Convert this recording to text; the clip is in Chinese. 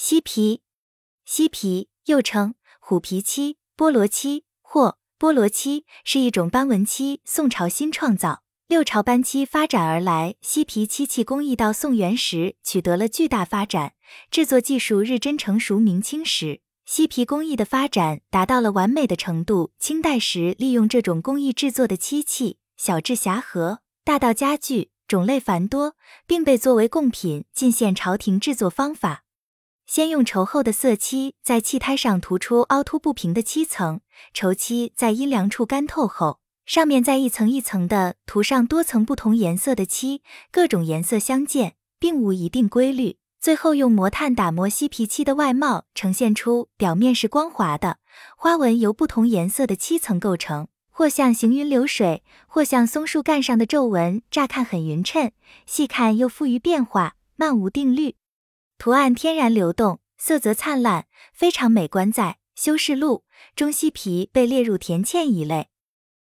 犀皮，犀皮又称虎皮漆、菠萝漆或菠萝漆，是一种斑纹漆，宋朝新创造。六朝斑漆发展而来，犀皮漆器工艺到宋元时取得了巨大发展，制作技术日臻成熟。明清时，犀皮工艺的发展达到了完美的程度。清代时利用这种工艺制作的漆器，小至匣盒，大到家具，种类繁多，并被作为贡品进献朝廷。制作方法：先用稠厚的色漆在漆胎上涂出凹凸不平的漆层，稠漆在阴凉处干透后，上面再一层一层的涂上多层不同颜色的漆，各种颜色相间，并无一定规律。最后用磨炭打磨犀皮漆的外貌，呈现出表面是光滑的，花纹由不同颜色的漆层构成，或像行云流水，或像松树干上的皱纹，乍看很匀称，细看又富于变化，漫无定律。图案天然流动，色泽灿烂，非常美观。在修饰录中，犀皮被列入田茜一类。